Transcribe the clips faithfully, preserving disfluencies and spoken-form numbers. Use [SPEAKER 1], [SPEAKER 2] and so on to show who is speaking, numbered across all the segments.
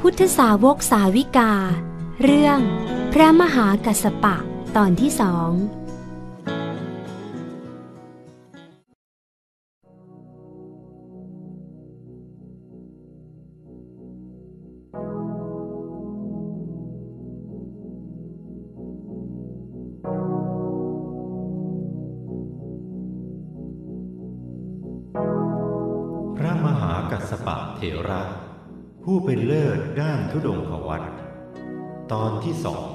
[SPEAKER 1] พุทธสาวกสาวิกาเรื่องพระมหากัสสปะตอนที่สอง
[SPEAKER 2] พระมหากัสสปะเถระผู้เป็นเลิศด้านธุดงควัตรตอนที่สอง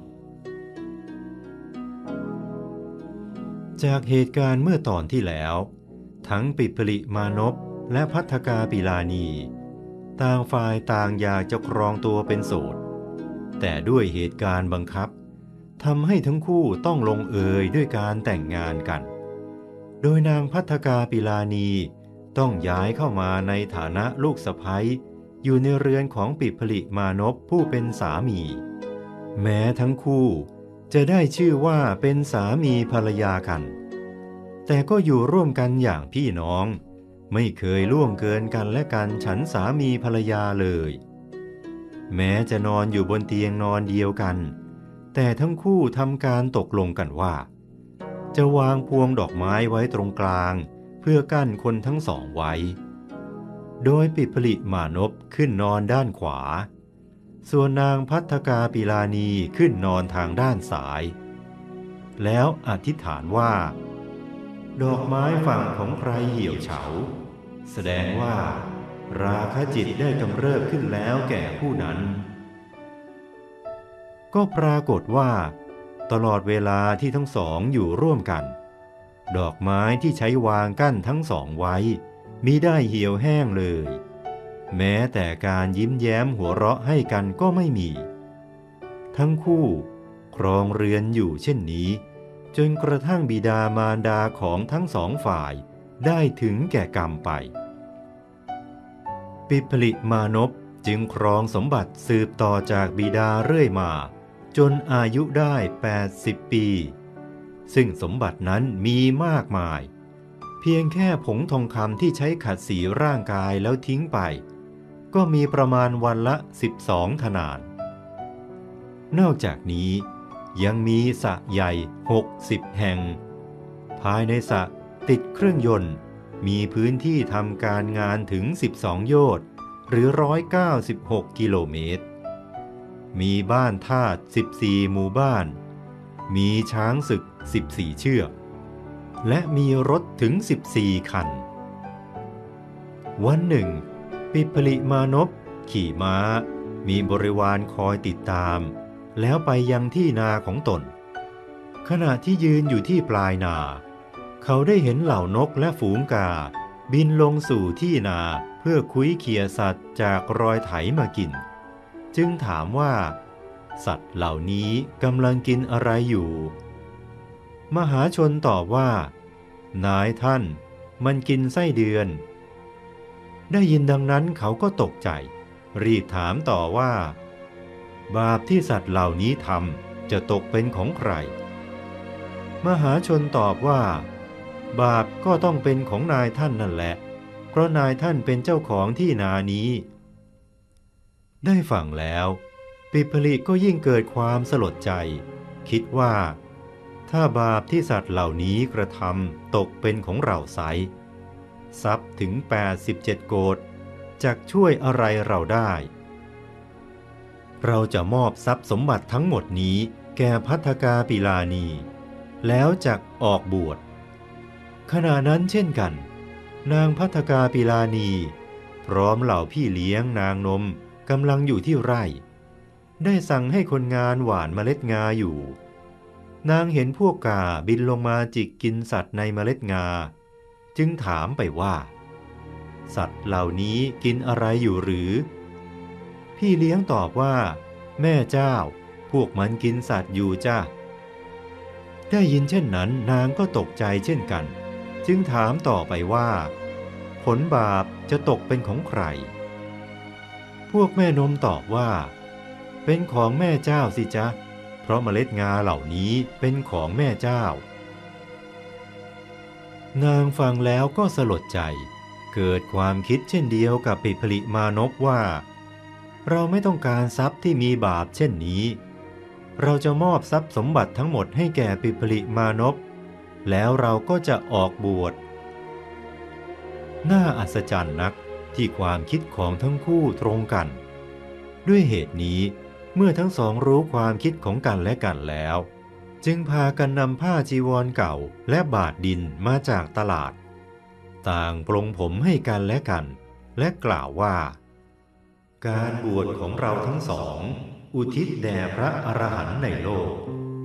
[SPEAKER 2] จากเหตุการณ์เมื่อตอนที่แล้วทั้งปิปลิมานพและภัททกาปิลานีต่างฝ่ายต่างอยากจะครองตัวเป็นโสดแต่ด้วยเหตุการณ์บังคับทำให้ทั้งคู่ต้องลงเอยด้วยการแต่งงานกันโดยนางภัททกาปิลานีต้องย้ายเข้ามาในฐานะลูกสะใภ้อยู่ในเรือนของปิปลิมานพผู้เป็นสามีแม้ทั้งคู่จะได้ชื่อว่าเป็นสามีภรรยากันแต่ก็อยู่ร่วมกันอย่างพี่น้องไม่เคยล่วงเกินกันและกันฉันสามีภรรยาเลยแม้จะนอนอยู่บนเตียงนอนเดียวกันแต่ทั้งคู่ทำการตกลงกันว่าจะวางพวงดอกไม้ไว้ตรงกลางเพื่อกั้นคนทั้งสองไว้โดยปิปลิมานพขึ้นนอนด้านขวาส่วนนางภัททกาปิลานีขึ้นนอนทางด้านซ้ายแล้วอธิษฐานว่าดอกไม้ฝั่งของใครเหี่ยวเฉาแสดงว่าราคะจิตได้กำเริบขึ้นแล้วแก่ผู้นั้นก็ปรากฏว่าตลอดเวลาที่ทั้งสองอยู่ร่วมกันดอกไม้ที่ใช้วางกั้นทั้งสองไว้มิได้เหี่ยวแห้งเลยแม้แต่การยิ้มแย้มหัวเราะให้กันก็ไม่มีทั้งคู่ครองเรือนอยู่เช่นนี้จนกระทั่งบิดามารดาของทั้งสองฝ่ายได้ถึงแก่กรรมไปปิปลิมานพจึงครองสมบัติสืบต่อจากบิดาเรื่อยมาจนอายุได้แปดสิบปีซึ่งสมบัตินั้นมีมากมายเพียงแค่ผงทองคำที่ใช้ขัดสีร่างกายแล้วทิ้งไปก็มีประมาณวันละสิบสองธนานนอกจากนี้ยังมีสระใหญ่หกสิบแห่งภายในสระติดเครื่องยนต์มีพื้นที่ทำการงานถึงสิบสองโยชน์หรือหนึ่งร้อยเก้าสิบหกกิโลเมตรมีบ้านทาสสิบสี่หมู่บ้านมีช้างศึกสิบสี่เชือกและมีรถถึงสิบสี่คันวันหนึ่งปิปลิมานพขี่ม้ามีบริวารคอยติดตามแล้วไปยังที่นาของตนขณะที่ยืนอยู่ที่ปลายนาเขาได้เห็นเหล่านกและฝูงกาบินลงสู่ที่นาเพื่อคุ้ยเขี่ยสัตว์จากรอยไถมากินจึงถามว่าสัตว์เหล่านี้กำลังกินอะไรอยู่มหาชนตอบว่านายท่านมันกินไส้เดือนได้ยินดังนั้นเขาก็ตกใจรีบถามต่อว่าบาปที่สัตว์เหล่านี้ทำจะตกเป็นของใครมหาชนตอบว่าบาปก็ต้องเป็นของนายท่านนั่นแหละเพราะนายท่านเป็นเจ้าของที่นานี้ได้ฟังแล้วปิปลิก็ยิ่งเกิดความสลดใจคิดว่าถ้าบาปที่สัตว์เหล่านี้กระทำตกเป็นของเราไซร้ทรัพย์ถึงแปดสิบเจ็ดโกฏจักช่วยอะไรเราได้เราจะมอบทรัพย์สมบัติทั้งหมดนี้แก่ภัททกาปิลานีแล้วจักออกบวชขณะนั้นเช่นกันนางภัททกาปิลานีพร้อมเหล่าพี่เลี้ยงนางนมกำลังอยู่ที่ไร่ได้สั่งให้คนงานหว่านเมล็ดงาอยู่นางเห็นพวกกาบินลงมาจิกกินสัตว์ในเมล็ดงาจึงถามไปว่าสัตว์เหล่านี้กินอะไรอยู่หรือพี่เลี้ยงตอบว่าแม่เจ้าพวกมันกินสัตว์อยู่จ้าได้ยินเช่นนั้นนางก็ตกใจเช่นกันจึงถามต่อไปว่าผลบาปจะตกเป็นของใครพวกแม่นมตอบว่าเป็นของแม่เจ้าสิจ๊ะเพราะเมล็ดงาเหล่านี้เป็นของแม่เจ้านางฟังแล้วก็สลดใจเกิดความคิดเช่นเดียวกับปิปลิมานพว่าเราไม่ต้องการทรัพย์ที่มีบาปเช่นนี้เราจะมอบทรัพย์สมบัติทั้งหมดให้แก่ปิผลิมานพแล้วเราก็จะออกบวชน่าอัศจรรย์นักที่ความคิดของทั้งคู่ตรงกันด้วยเหตุนี้เมื่อทั้งสองรู้ความคิดของกันและกันแล้วจึงพากันนำผ้าจีวรเก่าและบาทดินมาจากตลาดต่างปลงผมให้กันและกันและกล่าวว่าการบวชของเราทั้งสองอุทิศแด่พระอรหันต์ในโลก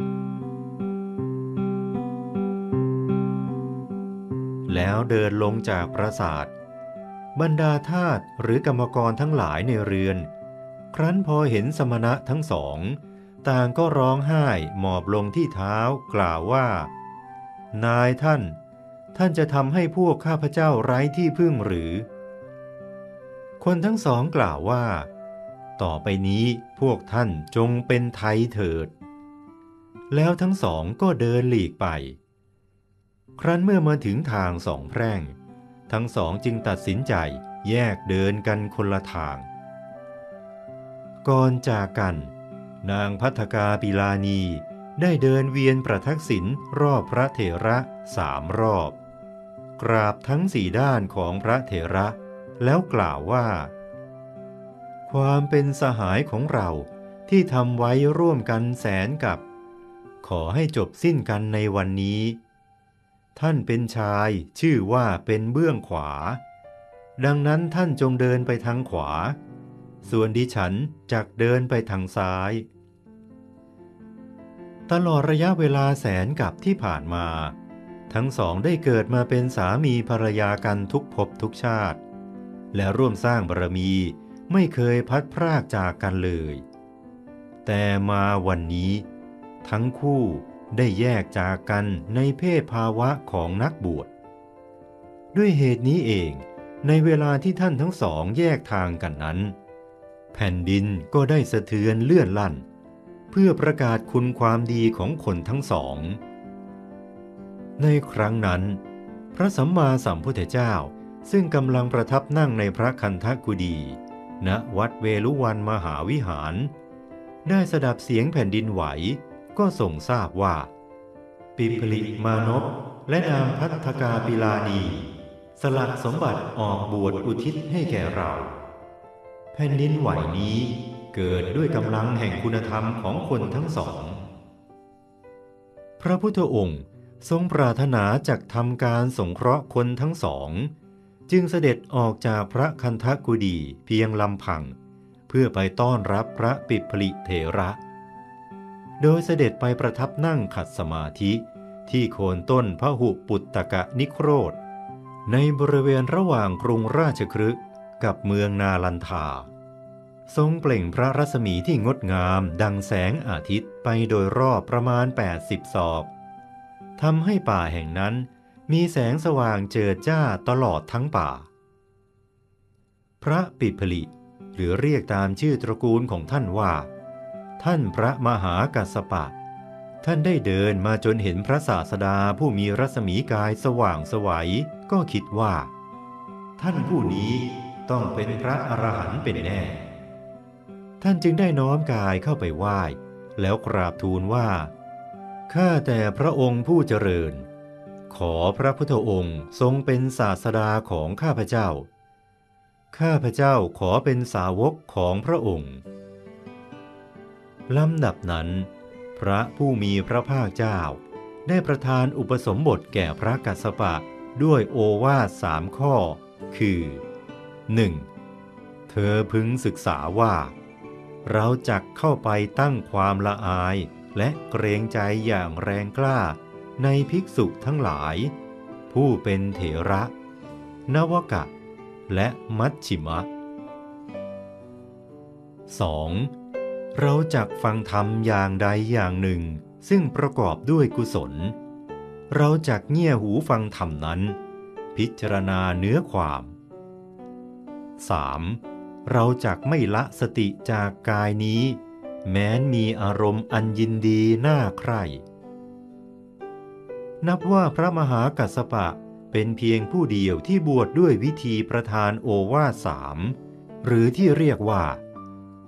[SPEAKER 2] แล้วเดินลงจากปราสาทบรรดาทาสหรือกรรมกรทั้งหลายในเรือนครั้นพอเห็นสมณะทั้งสองต่างก็ร้องไห้หมอบลงที่เท้ากล่าวว่านายท่านท่านจะทำให้พวกข้าพเจ้าไร้ที่พึ่งหรือคนทั้งสองกล่าวว่าต่อไปนี้พวกท่านจงเป็นไทยเถิดแล้วทั้งสองก็เดินหลีกไปครั้นเมื่อมาถึงทางสองแพร่งทั้งสองจึงตัดสินใจแยกเดินกันคนละทางก่อนจากกันนางภัทกาปิลานีได้เดินเวียนประทักษิณรอบพระเถระสามรอบกราบทั้งสี่ด้านของพระเถระแล้วกล่าวว่าความเป็นสหายของเราที่ทำไว้ร่วมกันแสนกับขอให้จบสิ้นกันในวันนี้ท่านเป็นชายชื่อว่าเป็นเบื้องขวาดังนั้นท่านจงเดินไปทางขวาส่วนดิฉันจักเดินไปทางซ้ายตลอดระยะเวลาแสนกับที่ผ่านมาทั้งสองได้เกิดมาเป็นสามีภรรยากันทุกภพทุกชาติและร่วมสร้างบารมีไม่เคยพัดพรากจากกันเลยแต่มาวันนี้ทั้งคู่ได้แยกจากกันในเพศภาวะของนักบวชด้วยเหตุนี้เองในเวลาที่ท่านทั้งสองแยกทางกันนั้นแผ่นดินก็ได้สะเทือนเลื่อนลั่นเพื่อประกาศคุณความดีของคนทั้งสองในครั้งนั้นพระสัมมาสัมพุทธเจ้าซึ่งกำลังประทับนั่งในพระคันธกุฎีณวัดเวลุวันมหาวิหารได้สดับเสียงแผ่นดินไหวก็ทรงทราบว่าปิผลิมานพและนางภัทกาปิลานีสละสมบัติออกบวชอุทิศให้แก่เราแผ่นดินไหวนี้เกิดด้วยกำลังแห่งคุณธรรมของคนทั้งสองพระพุทธองค์ทรงปรารถนาจักทำการสงเคราะห์คนทั้งสองจึงเสด็จออกจากพระคันธกุฎีเพียงลำพังเพื่อไปต้อนรับพระปิผลิเถระโดยเสด็จไปประทับนั่งขัดสมาธิที่โคนต้นพหุปุตตกนิโครธในบริเวณระหว่างกรุงราชคฤห์กับเมืองนาลันทาทรงเปล่งพระรัศมีที่งดงามดังแสงอาทิตย์ไปโดยรอบประมาณแปดสิบศอกทำให้ป่าแห่งนั้นมีแสงสว่างเจิดจ้าตลอดทั้งป่าพระปิผลิหรือเรียกตามชื่อตระกูลของท่านว่าท่านพระมหากัสสปะท่านได้เดินมาจนเห็นพระศาสดาผู้มีรัศมีกายสว่างไสวก็คิดว่าท่านผู้นี้ต้องเป็นพระอรหันต์เป็นแน่ท่านจึงได้น้อมกายเข้าไปไหว้แล้วกราบทูลว่าข้าแต่พระองค์ผู้เจริญขอพระพุทธองค์ทรงเป็นศาสดาของข้าพเจ้าข้าพเจ้าขอเป็นสาวกของพระองค์ลำดับนั้นพระผู้มีพระภาคเจ้าได้ประทานอุปสมบทแก่พระกัสสปะด้วยโอวาทสามข้อคือ หนึ่ง. เธอพึงศึกษาว่าเราจักเข้าไปตั้งความละอายและเกรงใจอย่างแรงกล้าในภิกษุทั้งหลายผู้เป็นเถระนวกะและมัชฌิมะ สอง. เราจักฟังธรรมอย่างใดอย่างหนึ่งซึ่งประกอบด้วยกุศลเราจักเงี่ยหูฟังธรรมนั้นพิจารณาเนื้อความ สาม. เราจักไม่ละสติจากกายนี้แม้นมีอารมณ์อันยินดีน่าใคร่นับว่าพระมหากัสสปะเป็นเพียงผู้เดียวที่บวชดด้วยวิธีประทานโอวาทสามหรือที่เรียกว่า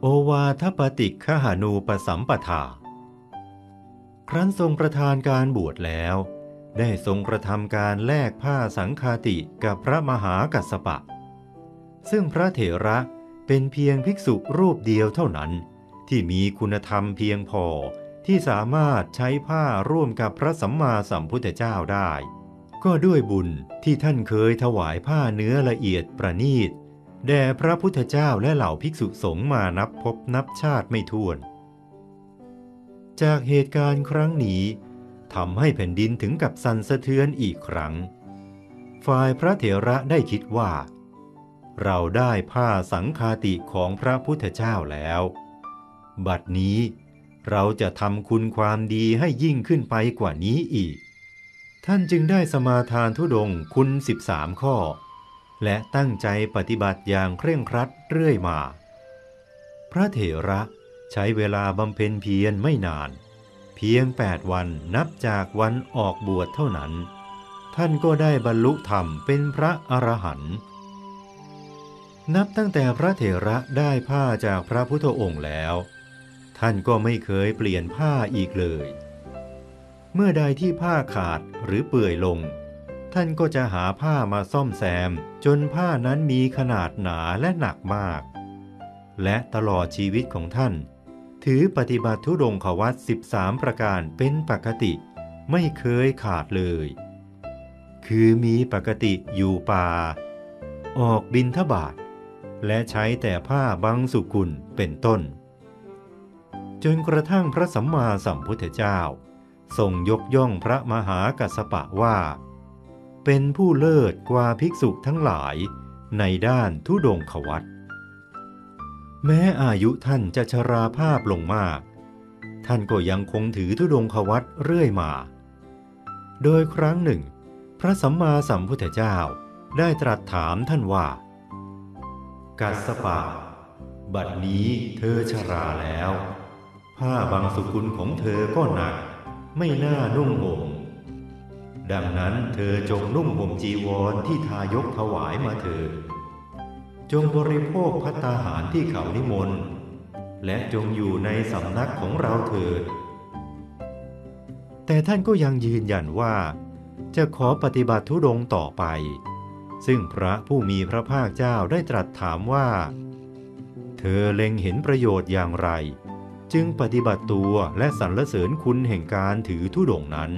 [SPEAKER 2] โอวาทปฏิฆหานูปสัมปทาครั้นทรงประทานการบวชแล้วได้ทรงกระทำการแลกผ้าสังฆาติกับพระมหากัสสปะซึ่งพระเถระเป็นเพียงภิกษุรูปเดียวเท่านั้นที่มีคุณธรรมเพียงพอที่สามารถใช้ผ้าร่วมกับพระสัมมาสัมพุทธเจ้าได้ก็ด้วยบุญที่ท่านเคยถวายผ้าเนื้อละเอียดประณีตแด่พระพุทธเจ้าและเหล่าภิกษุสงฆ์มานับพบนับชาติไม่ถ้วนจากเหตุการณ์ครั้งนี้ทำให้แผ่นดินถึงกับสั่นสะเทือนอีกครั้งฝ่ายพระเถระได้คิดว่าเราได้ผ้าสังฆาติของพระพุทธเจ้าแล้วบัดนี้เราจะทำคุณความดีให้ยิ่งขึ้นไปกว่านี้อีกท่านจึงได้สมาทานธุดงค์คุณสิบสามข้อและตั้งใจปฏิบัติอย่างเคร่งครัดเรื่อยมาพระเถระใช้เวลาบำเพ็ญเพียรไม่นานเพียงแปดวันนับจากวันออกบวชเท่านั้นท่านก็ได้บรรลุธรรมเป็นพระอรหันต์นับตั้งแต่พระเถระได้ผ้าจากพระพุทธองค์แล้วท่านก็ไม่เคยเปลี่ยนผ้าอีกเลยเมื่อใดที่ผ้าขาดหรือเปื่อยลงท่านก็จะหาผ้ามาซ่อมแซมจนผ้านั้นมีขนาดหนาและหนักมากและตลอดชีวิตของท่านถือปฏิบัติธุดงควัตรสิบสามประการเป็นปกติไม่เคยขาดเลยคือมีปกติอยู่ป่าออกบิณฑบาตและใช้แต่ผ้าบังสุกุลเป็นต้นจนกระทั่งพระสัมมาสัมพุทธเจ้าทรงยกย่องพระมหากัสสปะว่าเป็นผู้เลิศกว่าภิกษุทั้งหลายในด้านธุดงควัตรแม้อายุท่านจะชราภาพลงมากท่านก็ยังคงถือธุดงควัตรเรื่อยมาโดยครั้งหนึ่งพระสัมมาสัมพุทธเจ้าได้ตรัสถามท่านว่ากัสสปะบัดนี้เธอชราแล้วผ้าบางสุกุลของเธอก็หนักไม่น่านุ่งห่มดังนั้นเธอจงนุ่งห่มจีวรที่ทายกถวายมาเถิดจงบริโภคภัตตาหารที่เขานิมนต์และจงอยู่ในสำนักของเราเถิดแต่ท่านก็ยังยืนยันว่าจะขอปฏิบัติธุดงค์ต่อไปซึ่งพระผู้มีพระภาคเจ้าได้ตรัสถามว่าเธอเล็งเห็นประโยชน์อย่างไรจึงปฏิบัติตัวและสรรเสริญคุณแห่งการถือธุดงค์นั้น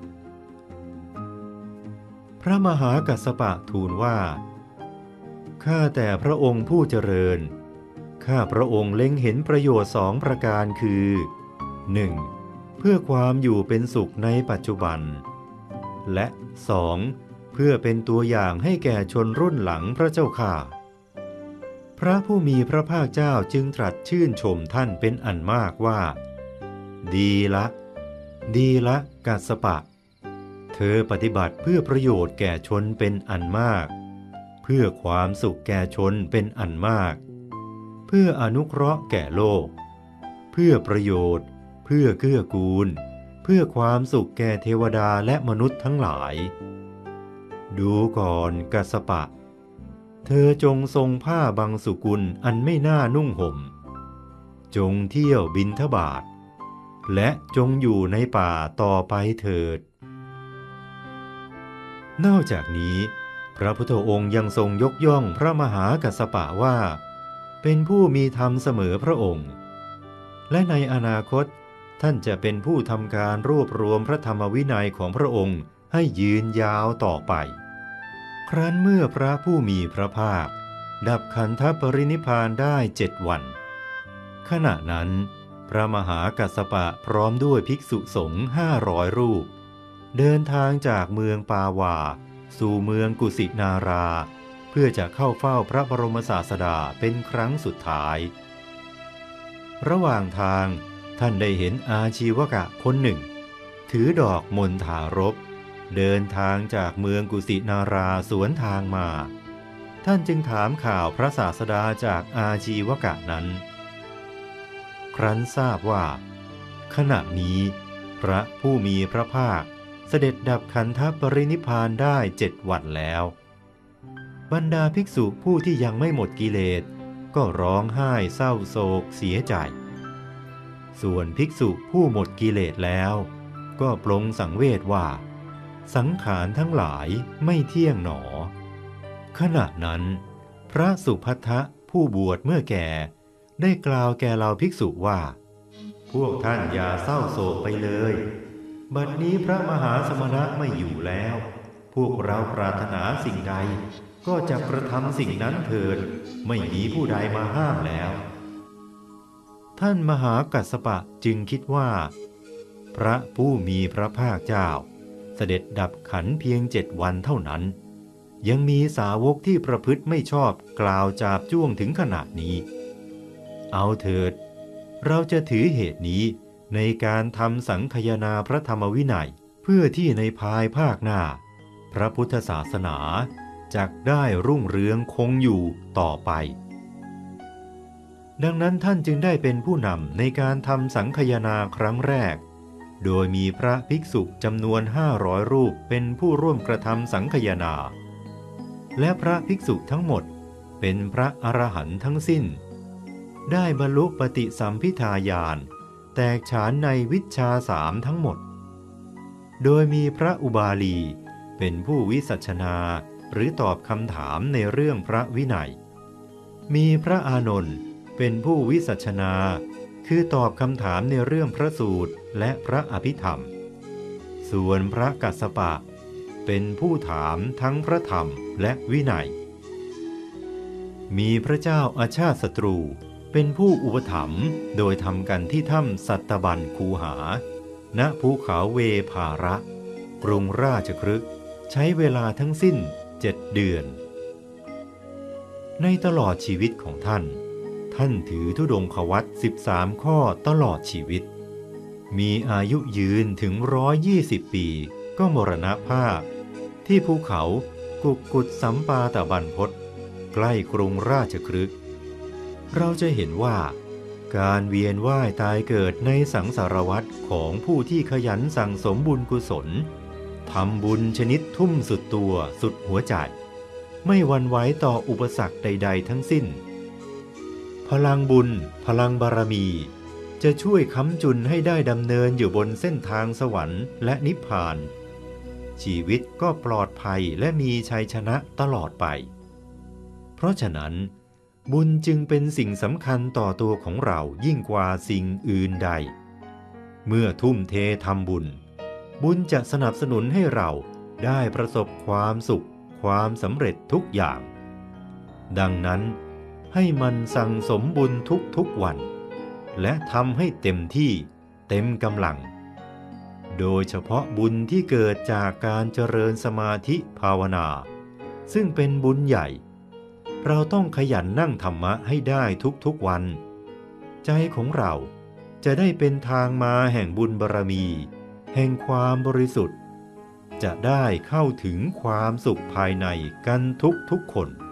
[SPEAKER 2] พระมหากัสสปะทูลว่าข้าแต่พระองค์ผู้เจริญข้าพระองค์เล็งเห็นประโยชน์สองประการคือ หนึ่ง. เพื่อความอยู่เป็นสุขในปัจจุบันและ สอง. เพื่อเป็นตัวอย่างให้แก่ชนรุ่นหลังพระเจ้าข้าพระผู้มีพระภาคเจ้าจึงตรัสชื่นชมท่านเป็นอันมากว่าดีละดีละกัสสปะเธอปฏิบัติเพื่อประโยชน์แก่ชนเป็นอันมากเพื่อความสุขแก่ชนเป็นอันมากเพื่ออนุเคราะห์แก่โลกเพื่อประโยชน์เพื่อเกื้อกูลเพื่อความสุขแก่เทวดาและมนุษย์ทั้งหลายดูก่อนกัสสปะเธอจงทรงผ้าบังสุกุลอันไม่น่านุ่งห่มจงเที่ยวบิณฑบาตและจงอยู่ในป่าต่อไปเถิดนอกจากนี้พระพุทธองค์ยังทรงยกย่องพระมหากัสสปะว่าเป็นผู้มีธรรมเสมอพระองค์และในอนาคตท่านจะเป็นผู้ทำการรวบรวมพระธรรมวินัยของพระองค์ให้ยืนยาวต่อไปครั้นเมื่อพระผู้มีพระภาคดับขันธปรินิพพานได้เจ็ดวันขณะนั้นพระมหากัสสปะพร้อมด้วยภิกษุสงฆ์ห้าร้อยรูปเดินทางจากเมืองปาวาสู่เมืองกุสินาราเพื่อจะเข้าเฝ้าพระบรมศาสดาเป็นครั้งสุดท้ายระหว่างทางท่านได้เห็นอาชีวกะคนหนึ่งถือดอกมณฑารพเดินทางจากเมืองกุสินาราสวนทางมาท่านจึงถามข่าวพระศาสดาจากอาชีวกะนั้นครั้นทราบว่าขณะนี้พระผู้มีพระภาคเสด็จดับขันธปรินิพพานได้เจ็ดวันแล้วบรรดาภิกษุผู้ที่ยังไม่หมดกิเลสก็ร้องไห้เศร้าโศกเสียใจส่วนภิกษุผู้หมดกิเลสแล้วก็ปลงสังเวชว่าสังขารทั้งหลายไม่เที่ยงหนอขณะนั้นพระสุภัททะผู้บวชเมื่อแก่ได้กล่าวแก่เหล่าภิกษุว่าพวกท่านอย่าเศร้าโศกไปเลยบัดนี้พระมหาสมณะไม่อยู่แล้วพวกเราปรารถนาสิ่งใดก็จะกระทำสิ่งนั้นเถิดไม่มีผู้ใดมาห้ามแล้วท่านมหากัสสปะจึงคิดว่าพระผู้มีพระภาคเจ้าเสด็จดับขันธ์เพียงเจ็ดวันเท่านั้นยังมีสาวกที่ประพฤติไม่ชอบกล่าวจาบจ้วงถึงขนาดนี้เอาเถิดเราจะถือเหตุนี้ในการทำสังคายนาพระธรรมวินัยเพื่อที่ในภายภาคหน้าพระพุทธศาสนาจักได้รุ่งเรืองคงอยู่ต่อไปดังนั้นท่านจึงได้เป็นผู้นำในการทำสังคายนาครั้งแรกโดยมีพระภิกษุจำนวนห้าร้อยรูปเป็นผู้ร่วมกระทำสังคายนาและพระภิกษุทั้งหมดเป็นพระอรหันต์ทั้งสิ้นได้บรรลุปฏิสัมภิทาญาณแตกฉานในวิชชาสามทั้งหมดโดยมีพระอุบาลีเป็นผู้วิสัชนาหรือตอบคำถามในเรื่องพระวินัยมีพระอานนท์เป็นผู้วิสัชนาคือตอบคำถามในเรื่องพระสูตรและพระอภิธรรมส่วนพระกัสสปะเป็นผู้ถามทั้งพระธรรมและวินัยมีพระเจ้าอาชาติศัตรูเป็นผู้อุปถัมภ์โดยทำกันที่ถ้ำสัตตบัญคูหาณภูเขาเวภาระกรุงราชคฤห์ใช้เวลาทั้งสิ้นเจ็ดเดือนในตลอดชีวิตของท่านท่านถือธุดงควัตรสิบสามข้อตลอดชีวิตมีอายุยืนถึงร้อยยี่สิบปีก็มรณภาพที่ภูเขากุกกุฏสัมปาตบรรพตใกล้กรุงราชคฤห์เราจะเห็นว่าการเวียนว่ายตายเกิดในสังสารวัฏของผู้ที่ขยันสั่งสมบุญกุศลทำบุญชนิดทุ่มสุดตัวสุดหัวใจไม่หวั่นไหวต่ออุปสรรคใดๆทั้งสิ้นพลังบุญพลังบารมีจะช่วยค้ำจุนให้ได้ดำเนินอยู่บนเส้นทางสวรรค์และนิพพานชีวิตก็ปลอดภัยและมีชัยชนะตลอดไปเพราะฉะนั้นบุญจึงเป็นสิ่งสำคัญต่อตัวของเรายิ่งกว่าสิ่งอื่นใดเมื่อทุ่มเททำบุญบุญจะสนับสนุนให้เราได้ประสบความสุขความสำเร็จทุกอย่างดังนั้นให้มันสั่งสมบุญทุกๆวันและทำให้เต็มที่เต็มกำลังโดยเฉพาะบุญที่เกิดจากการเจริญสมาธิภาวนาซึ่งเป็นบุญใหญ่เราต้องขยันนั่งธรรมะให้ได้ทุกๆวันใจของเราจะได้เป็นทางมาแห่งบุญบารมีแห่งความบริสุทธิ์จะได้เข้าถึงความสุขภายในกันทุกๆคน